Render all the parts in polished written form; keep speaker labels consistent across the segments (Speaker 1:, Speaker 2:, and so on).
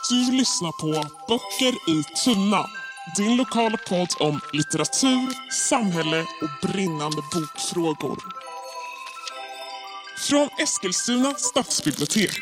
Speaker 1: Du lyssnar på Böcker i tunna. Din lokala podd om litteratur, samhälle och brinnande bokfrågor. Från Eskilstuna stadsbibliotek.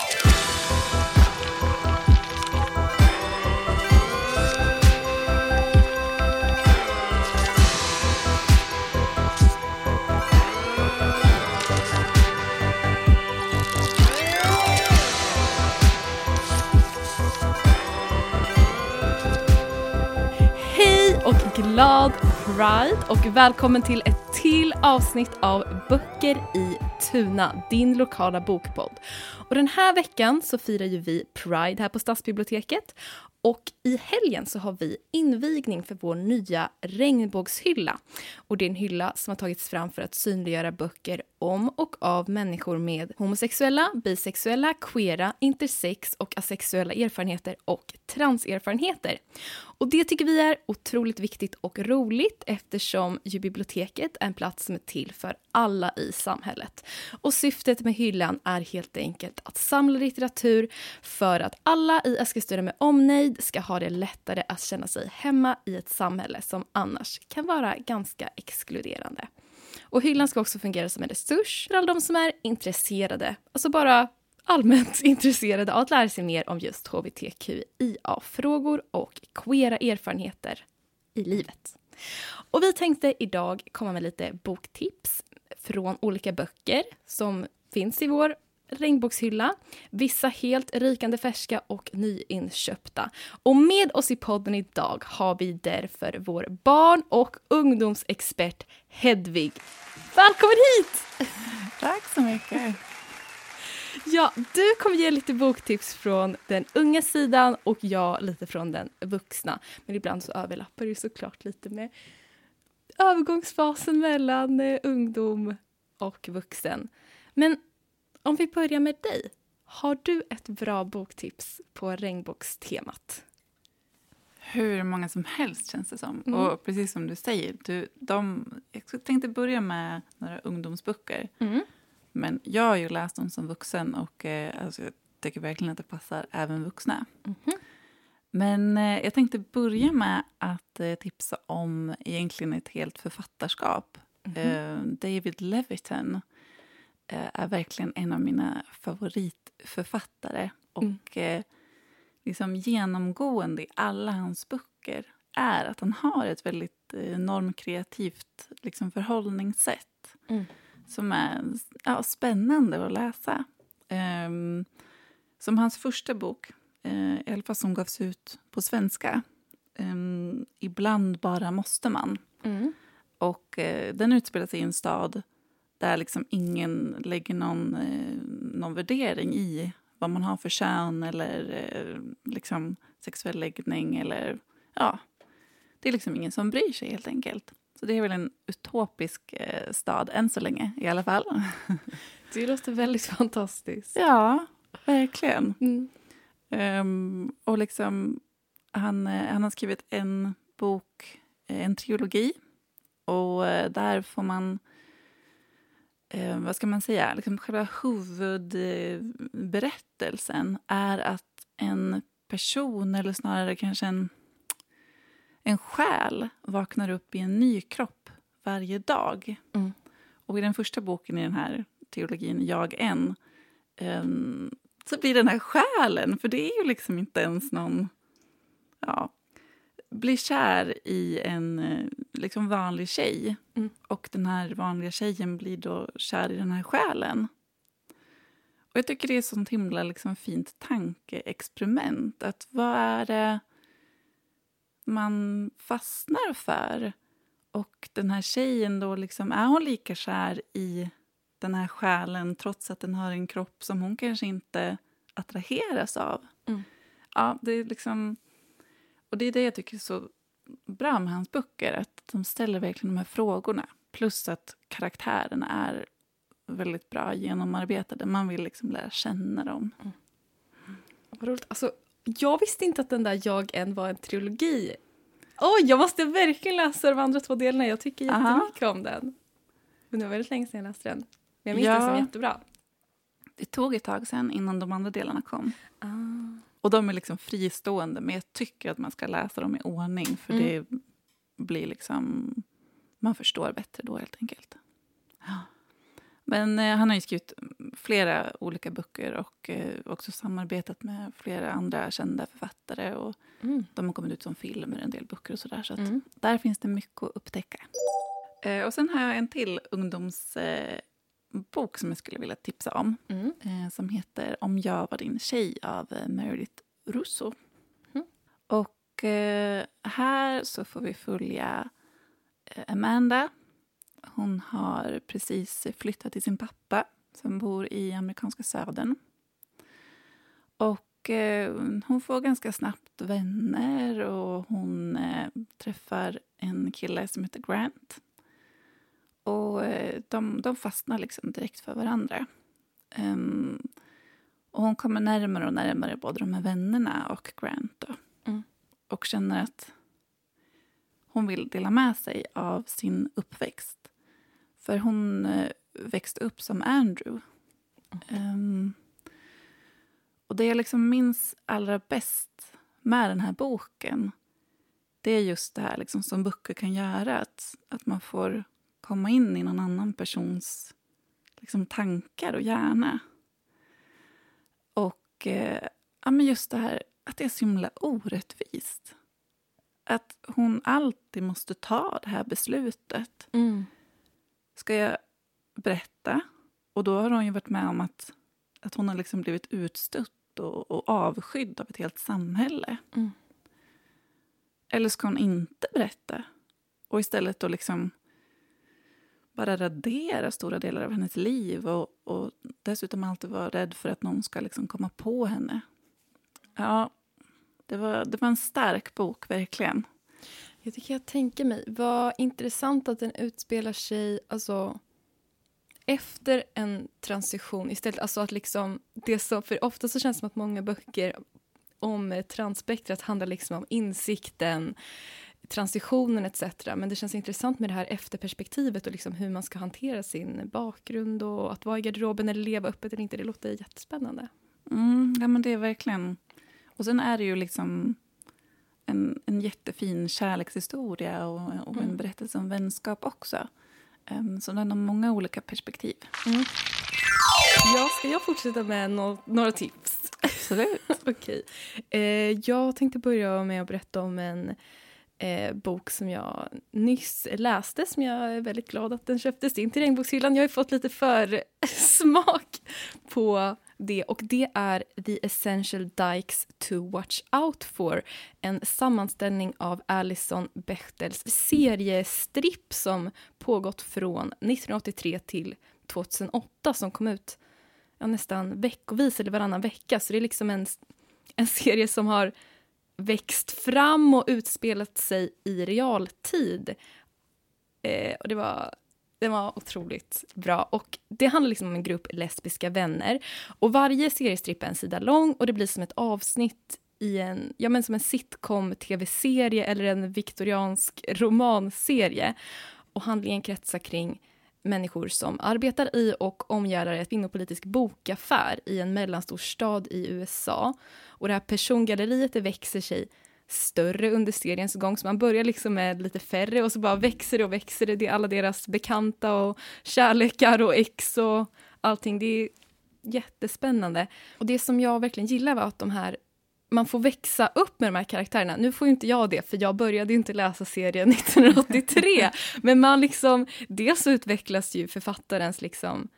Speaker 2: Och glad Pride och välkommen till ett till avsnitt av Böcker i Tuna, din lokala bokpodd. Och den här veckan så firar ju vi Pride här på Stadsbiblioteket och i helgen så har vi invigning för vår nya regnbågshylla. Och det är en hylla som har tagits fram för att synliggöra böcker om och av människor med homosexuella, bisexuella, queera, intersex och asexuella erfarenheter och transerfarenheter. Och det tycker vi är otroligt viktigt och roligt eftersom ju biblioteket är en plats som är till för alla i samhället. Och syftet med hyllan är helt enkelt att samla litteratur för att alla i Eskilstuna med omnejd ska ha det lättare att känna sig hemma i ett samhälle som annars kan vara ganska exkluderande. Och hyllan ska också fungera som en resurs för alla de som är intresserade, alltså bara allmänt intresserade av att lära sig mer om just hbtqia-frågor och queera erfarenheter i livet. Och vi tänkte idag komma med lite boktips från olika böcker som finns i vår regnbågshylla. Vissa helt rykande färska och nyinköpta. Och med oss i podden idag har vi därför vår barn- och ungdomsexpert Hedvig. Välkommen hit!
Speaker 3: Tack så mycket.
Speaker 2: Ja, du kommer ge lite boktips från den unga sidan och jag lite från den vuxna. Men ibland så överlappar det såklart lite med övergångsfasen mellan ungdom och vuxen. Men om vi börjar med dig, har du ett bra boktips på regnbågstemat?
Speaker 3: Hur många som helst känns det som. Och precis som du säger, jag tänkte börja med några ungdomsböcker. Men jag har ju läst dem som vuxen och alltså, jag tycker verkligen att det passar även vuxna. Men jag tänkte börja med att tipsa om egentligen ett helt författarskap. David Levitan är verkligen en av mina favoritförfattare. Och liksom genomgående i alla hans böcker är att han har ett väldigt normkreativt liksom förhållningssätt. Som är spännande att läsa. Som hans första bok, i alla fall som gavs ut på svenska. Ibland bara måste man. Och den utspelar sig i en stad där liksom ingen lägger någon värdering i vad man har för kön eller liksom sexuell läggning. Eller, ja, det är liksom ingen som bryr sig helt enkelt. Så det är väl en utopisk stad än så länge i alla fall.
Speaker 2: Det låter väldigt fantastiskt.
Speaker 3: Ja, verkligen. Och liksom han har skrivit en bok, en trilogi. Och där får man, vad ska man säga, liksom själva huvudberättelsen är att en person eller snarare kanske en själ vaknar upp i en ny kropp varje dag. Och i den första boken i den här teologin, Jag en, så blir den här själen, för det är ju liksom inte ens någon, blir kär i en liksom vanlig tjej. Och den här vanliga tjejen blir då kär i den här själen. Och jag tycker det är ett sånt himla liksom fint tankeexperiment. Att vad är det man fastnar för? Och den här tjejen då liksom, är hon lika kär i den här själen trots att den har en kropp som hon kanske inte attraheras av? Ja, det är liksom, och det är det jag tycker är så bra med hans böcker, att de ställer verkligen de här frågorna. Plus att karaktärerna är väldigt bra genomarbetade. Man vill liksom lära känna dem.
Speaker 2: Vad roligt. Alltså, jag visste inte att den där Jag en var en trilogi. Jag måste verkligen läsa de andra 2 delarna. Jag tycker jättemycket om den. Men det var väldigt länge sedan jag läste den. Men jag minns den som jättebra.
Speaker 3: Det tog ett tag sedan innan de andra delarna kom. Och de är liksom fristående, men jag tycker att man ska läsa dem i ordning. För det blir liksom... Man förstår bättre då helt enkelt. Ja. Men han har ju skrivit flera olika böcker och också samarbetat med flera andra kända författare. Och de har kommit ut som filmer, en del böcker och sådär. Så att där finns det mycket att upptäcka. Och sen har jag en till ungdomsbok som jag skulle vilja tipsa om. Som heter Om jag var din tjej av Meredith Russo. Och här så får vi följa Amanda. Hon har precis flyttat till sin pappa som bor i amerikanska södern. Och hon får ganska snabbt vänner och hon träffar en kille som heter Grant. Och de fastnar liksom direkt för varandra. Och hon kommer närmare och närmare både de här vännerna och Grant då. Och känner att hon vill dela med sig av sin uppväxt. För hon växte upp som Andrew. Och det jag liksom minns allra bäst med den här boken, det är just det här liksom som böcker kan göra. Att man får komma in i någon annan persons liksom tankar och hjärna. Och ja, men just det här att det är så himla orättvist. Att hon alltid måste ta det här beslutet. Ska jag berätta? Och då har hon ju varit med om att hon har liksom blivit utstött och avskydd av ett helt samhälle. Eller ska hon inte berätta? Och istället då liksom bara radera stora delar av hennes liv. Och dessutom alltid vara rädd för att någon ska liksom komma på henne. Ja, det var en stark bok, verkligen.
Speaker 2: Jag tycker jag tänker mig, vad intressant att den utspelar sig alltså, efter en transition istället. Alltså att liksom, det så, för ofta så känns det som att många böcker om transspektrat handlar liksom om insikten, transitionen etc. Men det känns intressant med det här efterperspektivet och liksom hur man ska hantera sin bakgrund och att vara i garderoben eller leva öppet eller inte. Det låter jättespännande.
Speaker 3: Ja, men det är verkligen... Och sen är det ju liksom en jättefin kärlekshistoria och en berättelse om vänskap också. Så den har många olika perspektiv.
Speaker 2: Ja, ska jag fortsätta med några tips?
Speaker 3: Absolut.
Speaker 2: Okej. Jag tänkte börja med att berätta om en bok som jag nyss läste, som jag är väldigt glad att den köptes in till regnbokshyllan. Jag har ju fått lite för smak på det, och det är The Essential Dykes to Watch Out For, en sammanställning av Alison Bechtels seriestripp som pågått från 1983 till 2008, som kom ut nästan veckovis eller varannan vecka. Så det är liksom en serie som har växt fram och utspelat sig i realtid. Och det var otroligt bra. Och det handlar liksom om en grupp lesbiska vänner. Och varje seriestripp är en sida lång och det blir som ett avsnitt i som en sitcom-tv-serie eller en viktoriansk romanserie. Och handlingen kretsar kring människor som arbetar i och omgärdar ett kvinnopolitisk bokaffär i en mellanstor stad i USA. Och det här persongalleriet, det växer sig större under seriens gång. Så man börjar liksom med lite färre och så bara växer det och växer det. Det är alla deras bekanta och kärlekar och ex och allting. Det är jättespännande. Och det som jag verkligen gillar var att man får växa upp med de här karaktärerna. Nu får ju inte jag det, för jag började inte läsa serien 1983. Men man liksom, dels utvecklas ju författarens liksom,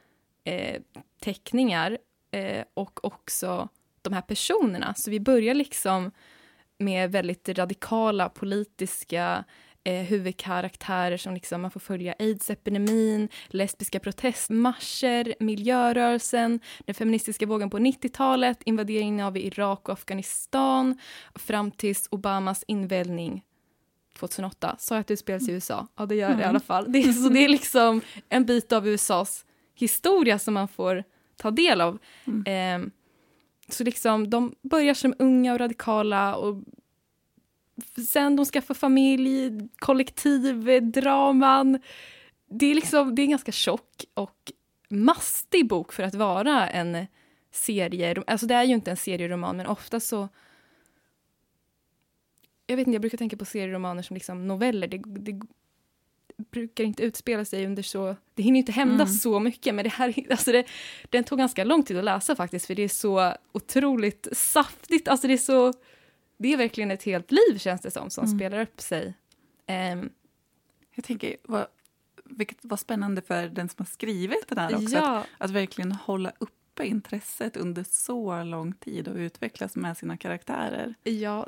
Speaker 2: teckningar och också de här personerna. Så vi börjar liksom med väldigt radikala politiska huvudkaraktärer som liksom man får följa AIDS-epidemin, lesbiska protestmarscher, miljörörelsen, den feministiska vågen på 90-talet, invaderingen av Irak och Afghanistan fram tills Obamas invällning 2008. Så att det utspelas i USA. Ja, det gör det i alla fall. Det är liksom en bit av USAs historia som man får ta del av. Så liksom, de börjar som unga och radikala och sen de skaffar familj, kollektiv, draman. Det är en ganska tjock och mastig bok för att vara en serier. Alltså det är ju inte en serieroman, men ofta så... Jag vet inte, jag brukar tänka på serieromaner som liksom noveller. Det brukar inte utspela sig under så... Det hinner inte hända så mycket, men det här... Alltså den tog ganska lång tid att läsa faktiskt, för det är så otroligt saftigt. Alltså det är verkligen ett helt liv, känns det som spelar upp sig.
Speaker 3: Jag tänker, vilket var spännande för den som har skrivit den här också.
Speaker 2: Ja.
Speaker 3: Att verkligen hålla uppe intresset under så lång tid och utvecklas med sina karaktärer.
Speaker 2: Ja,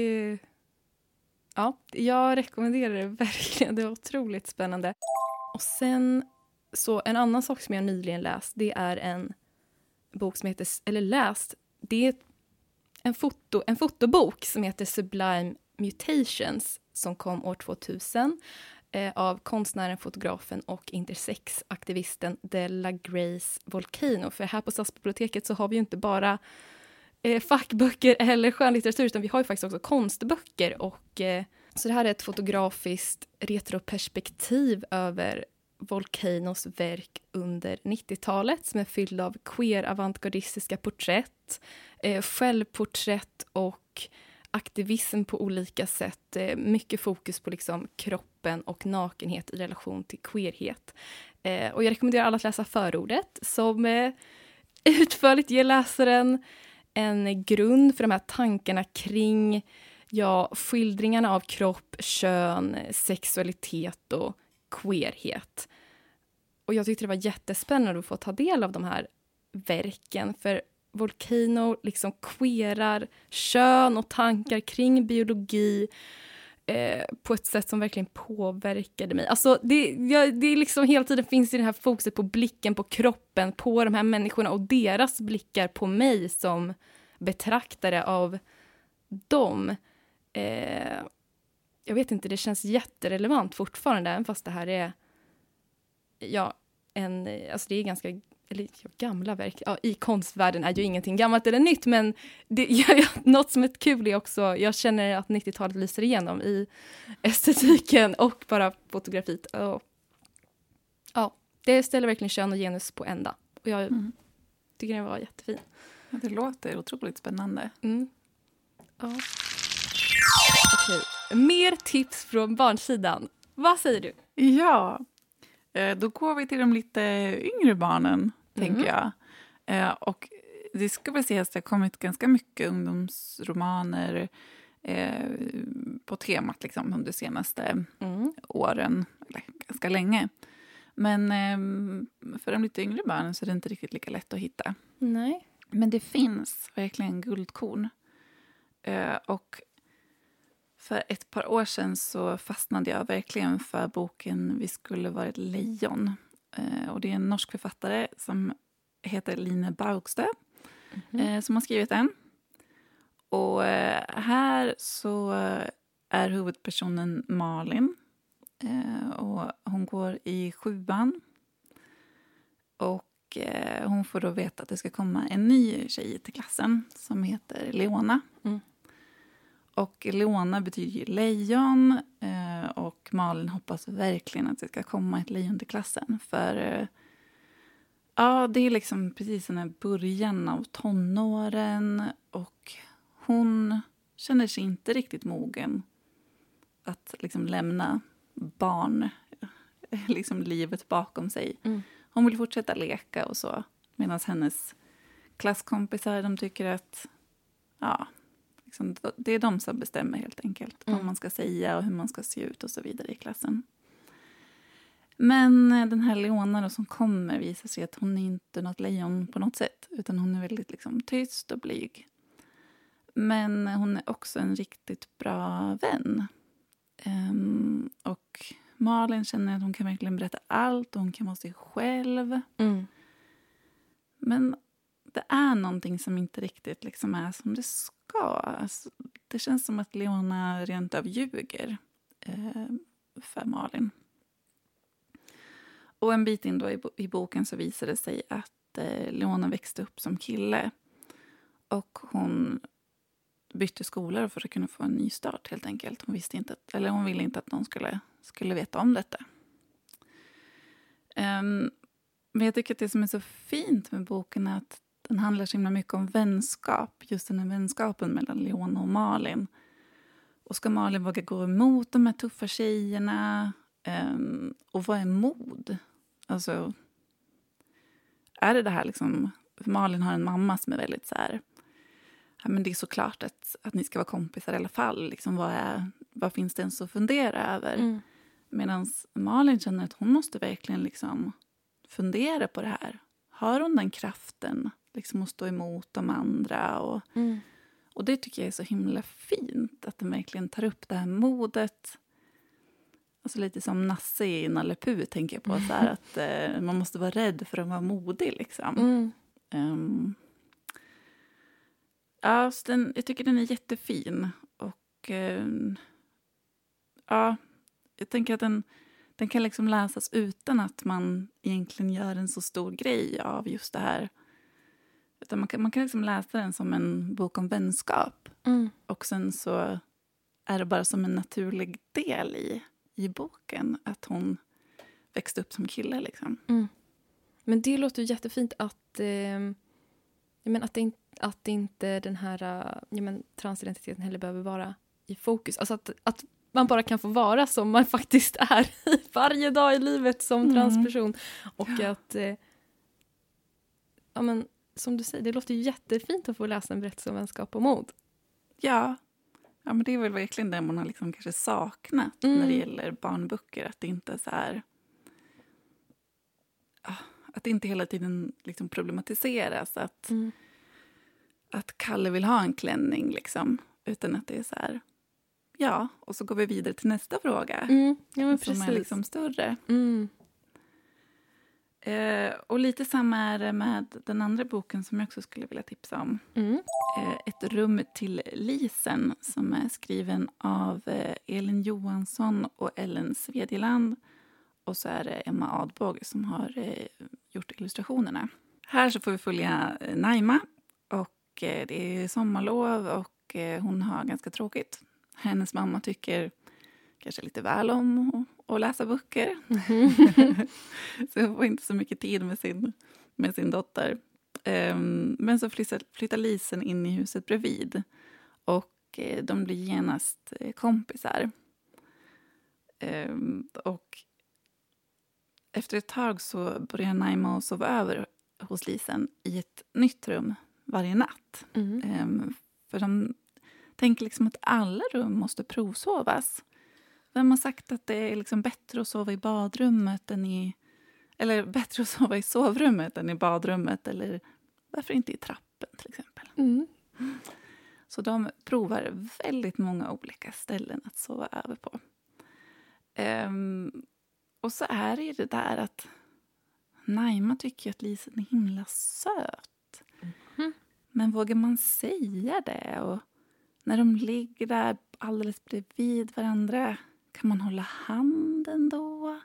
Speaker 2: jag rekommenderar det verkligen. Det är otroligt spännande. Och sen, så en annan sak som jag nyligen läst, det är en bok som heter, det är en fotobok som heter Sublime Mutations, som kom år 2000 av konstnären, fotografen och intersexaktivisten Della Grace Volcano. För här på Stadsbiblioteket så har vi ju inte bara fackböcker eller skönlitteratur, utan vi har ju faktiskt också konstböcker. Och, så det här är ett fotografiskt retroperspektiv över Volcanos verk under 90-talet som är fylld av queer-avantgardistiska porträtt, självporträtt och aktivism på olika sätt. Mycket fokus på liksom kroppen och nakenhet i relation till queerhet. Och jag rekommenderar alla att läsa förordet som utförligt ger läsaren en grund för de här tankarna kring skildringarna av kropp, kön, sexualitet och queerhet. Och jag tyckte det var jättespännande att få ta del av de här verken, för Volcano liksom queerar kön och tankar kring biologi på ett sätt som verkligen påverkade mig. Alltså det är liksom hela tiden finns i det här fokuset på blicken på kroppen, på de här människorna och deras blickar på mig som betraktare av dem. Jag vet inte, det känns jätterelevant fortfarande, även fast det här är alltså det är ganska gamla verk. Ja, i konstvärlden är ju ingenting gammalt eller nytt, men något som är kul är också, jag känner att 90-talet lyser igenom i estetiken och bara fotografiet. Ja, det ställer verkligen kön och genus på ända. Och jag tycker det var jättefin.
Speaker 3: Ja, det låter otroligt spännande.
Speaker 2: Ja. Okej. Mer tips från barnsidan. Vad säger du?
Speaker 3: Ja, då går vi till de lite yngre barnen, tänker jag. Och det ska väl sägas att det har kommit ganska mycket ungdomsromaner på temat liksom, under de senaste åren, eller ganska länge. Men för de lite yngre barnen så är det inte riktigt lika lätt att hitta.
Speaker 2: Nej.
Speaker 3: Men det finns verkligen guldkorn. Och för ett par år sedan så fastnade jag verkligen för boken Vi skulle vara ett lejon. Och det är en norsk författare som heter Line Baugstø som har skrivit den. Och här så är huvudpersonen Malin. Och hon går i 7:an. Och hon får då veta att det ska komma en ny tjej till klassen som heter Leona. Och Leona betyder ju lejon, och Malin hoppas verkligen att det ska komma ett lejon till klassen. För det är liksom precis den här början av tonåren, och hon känner sig inte riktigt mogen att liksom lämna liksom livet bakom sig. Hon vill fortsätta leka och så, medan hennes klasskompisar, de tycker att liksom, det är de som bestämmer helt enkelt vad man ska säga och hur man ska se ut och så vidare i klassen. Men den här Leona då som kommer visar sig att hon är inte något lejon på något sätt, utan hon är väldigt liksom tyst och blyg. Men hon är också en riktigt bra vän. Och Malin känner att hon kan verkligen berätta allt och hon kan vara sig själv. Men det är någonting som inte riktigt liksom är som det ska. Alltså, det känns som att Leona rent av ljuger för Malin. Och en bit in då i boken så visar det sig att Leona växte upp som kille. Och hon bytte skolor för att kunna få en ny start helt enkelt. Hon ville inte att någon skulle veta om detta. Men jag tycker att det som är så fint med boken är att den handlar så himla mycket om vänskap. Just den här vänskapen mellan Leona och Malin. Och ska Malin våga gå emot de här tuffa tjejerna? Och vad är mod? Alltså, är det här liksom... Malin har en mamma som är väldigt så här... Ja, men det är såklart att ni ska vara kompisar i alla fall. Liksom, vad finns det ens att fundera över? Medan Malin känner att hon måste verkligen liksom fundera på det här. Har hon den kraften liksom, att stå emot de andra? Och det tycker jag är så himla fint. Att den verkligen tar upp det här modet. Alltså lite som Nasse i Nalle Puh, tänker jag på. Så här, att man måste vara rädd för att vara modig. Liksom. Ja, så jag tycker den är jättefin. Och ja, jag tänker att den kan liksom läsas utan att man egentligen gör en så stor grej av just det här. Utan man kan liksom läsa den som en bok om vänskap. Och sen så är det bara som en naturlig del i boken att hon växte upp som kille. Liksom.
Speaker 2: Men det låter ju jättefint att, att inte den här transidentiteten heller behöver vara i fokus. Alltså att man bara kan få vara som man faktiskt är varje dag i livet som transperson. Och att, som du säger, det låter ju jättefint att få läsa en berättelse om vänskap och mod.
Speaker 3: Ja, men det är väl verkligen det man har liksom kanske saknat när det gäller barnböcker. Att det inte är så här... Att det inte hela tiden liksom problematiseras. Att Kalle vill ha en klänning liksom. Utan att det är så här... Ja, och så går vi vidare till nästa fråga.
Speaker 2: Ja, men precis.
Speaker 3: Som är liksom större. Och lite samma är det med den andra boken som jag också skulle vilja tipsa om. Ett rum till Lisen, som är skriven av Elin Johansson och Ellen Svedjeland. Och så är det Emma Adbåge som har gjort illustrationerna. Här så får vi följa Naima. Och det är sommarlov och hon har ganska tråkigt. Hennes mamma tycker kanske lite väl om att läsa böcker. Så hon får inte så mycket tid med sin dotter. Men så flyttar Lisen in i huset bredvid. Och de blir genast kompisar. Och efter ett tag så börjar Naima att sova över hos Lisen i ett nytt rum varje natt. För de tänker liksom att alla rum måste provsovas. Vem har sagt att det är liksom bättre att sova i badrummet eller bättre att sova i sovrummet än i badrummet, eller varför inte i trappen till exempel. Så de provar väldigt många olika ställen att sova över på. Och så är det ju det där att Naima tycker att Lisen är himla söt. Men vågar man säga det? Och när de ligger där alldeles bredvid varandra, kan man hålla handen då?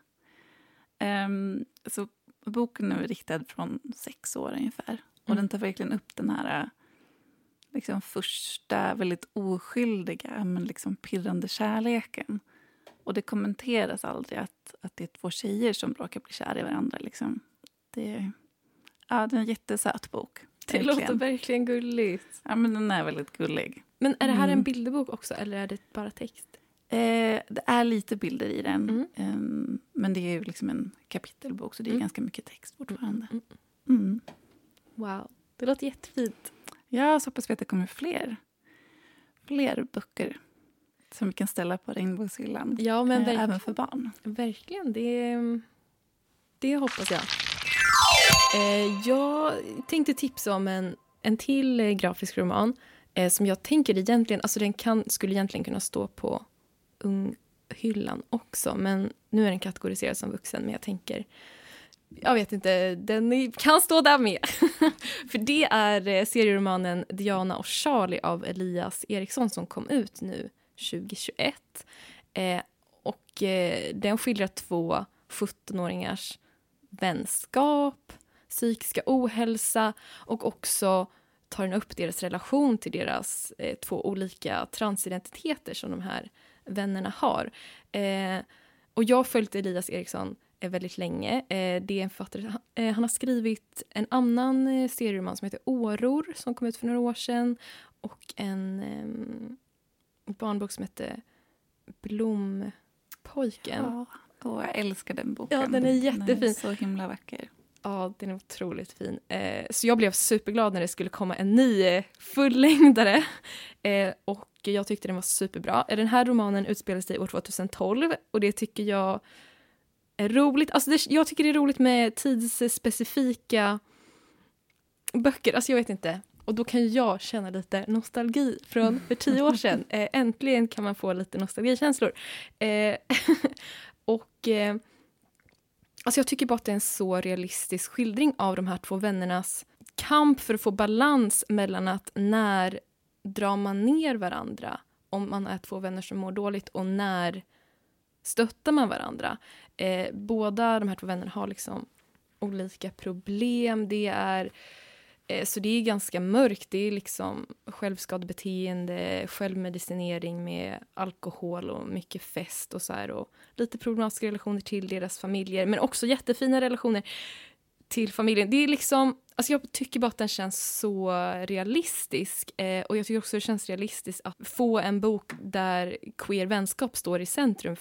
Speaker 3: Så boken är riktad från 6 år ungefär. Och den tar verkligen upp den här liksom första väldigt oskyldiga men liksom pirrande kärleken. Och det kommenteras aldrig att det är 2 tjejer som råkar bli kär i varandra. Liksom. Det är en jättesöt bok.
Speaker 2: Det låter verkligen gulligt.
Speaker 3: Ja, men den är väldigt gullig.
Speaker 2: Men är det här en bilderbok också, eller är det bara text?
Speaker 3: Det är lite bilder i den. Men det är ju liksom en kapitelbok, så det är ganska mycket text fortfarande.
Speaker 2: Wow, det låter jättefint.
Speaker 3: Ja, så hoppas vi att det kommer fler böcker som vi kan ställa på regnbågshyllan.
Speaker 2: Ja, men
Speaker 3: även för barn.
Speaker 2: Verkligen, det hoppas jag. Jag tänkte tipsa om en till grafisk roman som jag tänker egentligen, alltså skulle egentligen kunna stå på unghyllan också, men nu är den kategoriserad som vuxen, men jag tänker, jag vet inte, den kan stå där med. För det är serieromanen Diana och Charlie av Elias Eriksson som kom ut nu 2021. Och den skildrar 2 17-åringars vänskap, psykiska ohälsa, och också tar den upp deras relation till deras 2 olika transidentiteter som de här vännerna har. Och jag har följt Elias Eriksson väldigt länge. Det är en författare, han har skrivit en annan serieroman som heter Åror som kom ut för några år sedan. Och en barnbok som heter Blompojken.
Speaker 3: Jag älskar den boken.
Speaker 2: Ja, den är jättefin.
Speaker 3: Den är så himla vacker.
Speaker 2: Ja, den är otroligt fin. Så jag blev superglad när det skulle komma en ny fullängdare. Och jag tyckte den var superbra. Den här romanen utspelar sig år 2012 och det tycker jag är roligt. Alltså jag tycker det är roligt med tidsspecifika böcker. Alltså jag vet inte. Och då kan jag känna lite nostalgi från för 10 år sedan. Äntligen kan man få lite nostalgikänslor. Alltså jag tycker bara att det är en så realistisk skildring av de här två vännernas kamp för att få balans mellan att när drar man ner varandra om man är två vänner som mår dåligt och när stöttar man varandra. Båda de här två vännerna har liksom olika problem. Så det är ganska mörkt. Det är liksom självskadebeteende, självmedicinering med alkohol och mycket fest och så här. Och lite problematiska relationer till deras familjer. Men också jättefina relationer till familjen. Det är liksom, alltså jag tycker bara att den känns så realistisk. Och jag tycker också att det känns realistiskt att få en bok där queer vänskap står i centrum.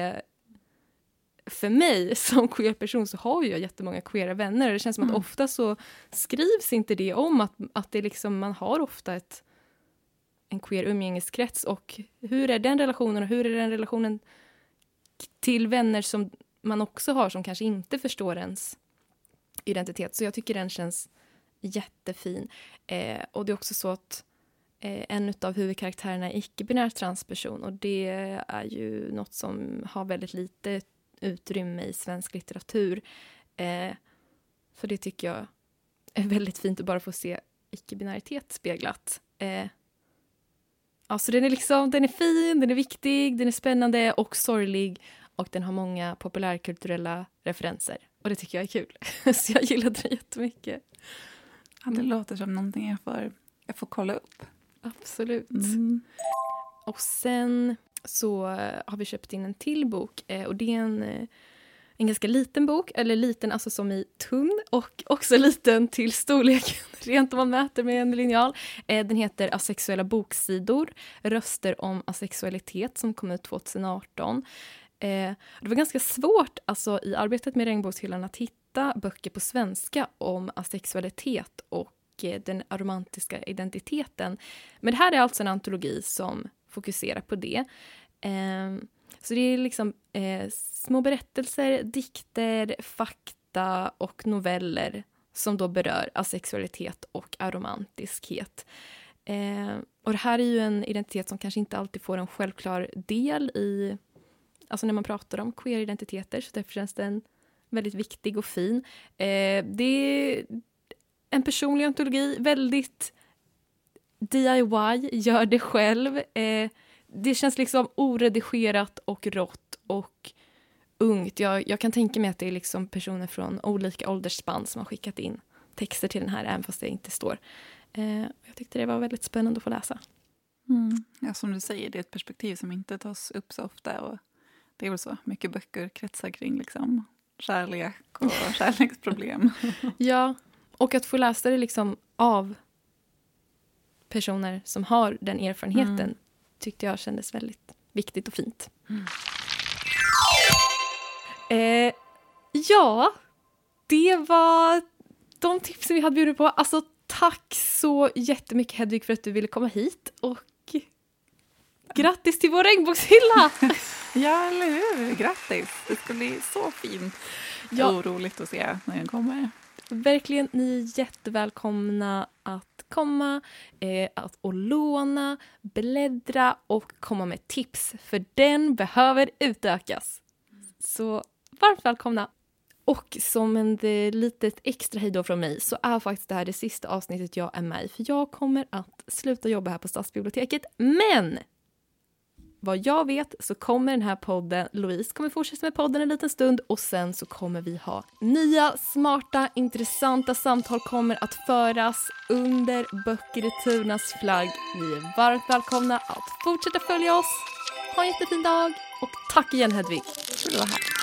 Speaker 2: För mig som queer-person så har jag jättemånga queera vänner. Det känns som att ofta så skrivs inte det om att det liksom, man har ofta en queer umgängeskrets. Och hur är den relationen och hur är den relationen till vänner som man också har som kanske inte förstår ens identitet. Så jag tycker den känns jättefin. Och det är också så att en av huvudkaraktärerna är icke-binär transperson. Och det är ju något som har väldigt lite utrymme i svensk litteratur. Så det tycker jag är väldigt fint att bara få se icke-binaritet speglat. Alltså den är fin, den är viktig, den är spännande och sorglig. Och den har många populärkulturella referenser. Och det tycker jag är kul. Så jag gillade det jättemycket.
Speaker 3: Ja, det låter som någonting jag får kolla upp.
Speaker 2: Absolut. Och sen så har vi köpt in en till bok. Och det är en ganska liten bok. Eller liten alltså som i tunn. Och också liten till storleken. Rent om man mäter med en linjal. Den heter Asexuella boksidor. Röster om asexualitet som kom ut 2018. Det var ganska svårt alltså, i arbetet med Regnbågshyllan att hitta böcker på svenska om asexualitet och den aromantiska identiteten. Men det här är alltså en antologi som fokuserar på det. Så det är liksom små berättelser, dikter, fakta och noveller som då berör asexualitet och aromantiskhet. Och det här är ju en identitet som kanske inte alltid får en självklar del i, alltså när man pratar om queer-identiteter, så därför känns den väldigt viktig och fin. Det är en personlig antologi, väldigt DIY, gör det själv. Det känns liksom oredigerat och rått och ungt. Jag kan tänka mig att det är liksom personer från olika åldersspann som har skickat in texter till den här, även fast det inte står. Jag tyckte det var väldigt spännande att få läsa.
Speaker 3: Ja, som du säger, det är ett perspektiv som inte tas upp så ofta. Och det är väl så, mycket böcker kretsar kring liksom kärlek och kärleksproblem.
Speaker 2: Ja, och att få läsa det liksom av personer som har den erfarenheten tyckte jag kändes väldigt viktigt och fint. Ja, det var de tipsen vi hade bjudit på. Alltså tack så jättemycket Hedvig för att du ville komma hit och grattis till vår regnbågshylla!
Speaker 3: Ja, eller hur? Grattis! Det ska bli så fint. Ja. Och roligt att se när den kommer.
Speaker 2: Verkligen, ni är jättevälkomna att komma och låna, bläddra och komma med tips. För den behöver utökas. Så varmt välkomna. Och som en litet extra hej då från mig så är faktiskt det här det sista avsnittet jag är med i. För jag kommer att sluta jobba här på Stadsbiblioteket. Men vad jag vet så kommer den här podden, Louise kommer fortsätta med podden en liten stund och sen så kommer vi ha nya, smarta, intressanta samtal kommer att föras under Böcker i Tunas flagg. Ni är varmt välkomna att fortsätta följa oss. Ha en jättefin dag och tack igen Hedvig.
Speaker 3: Det var här.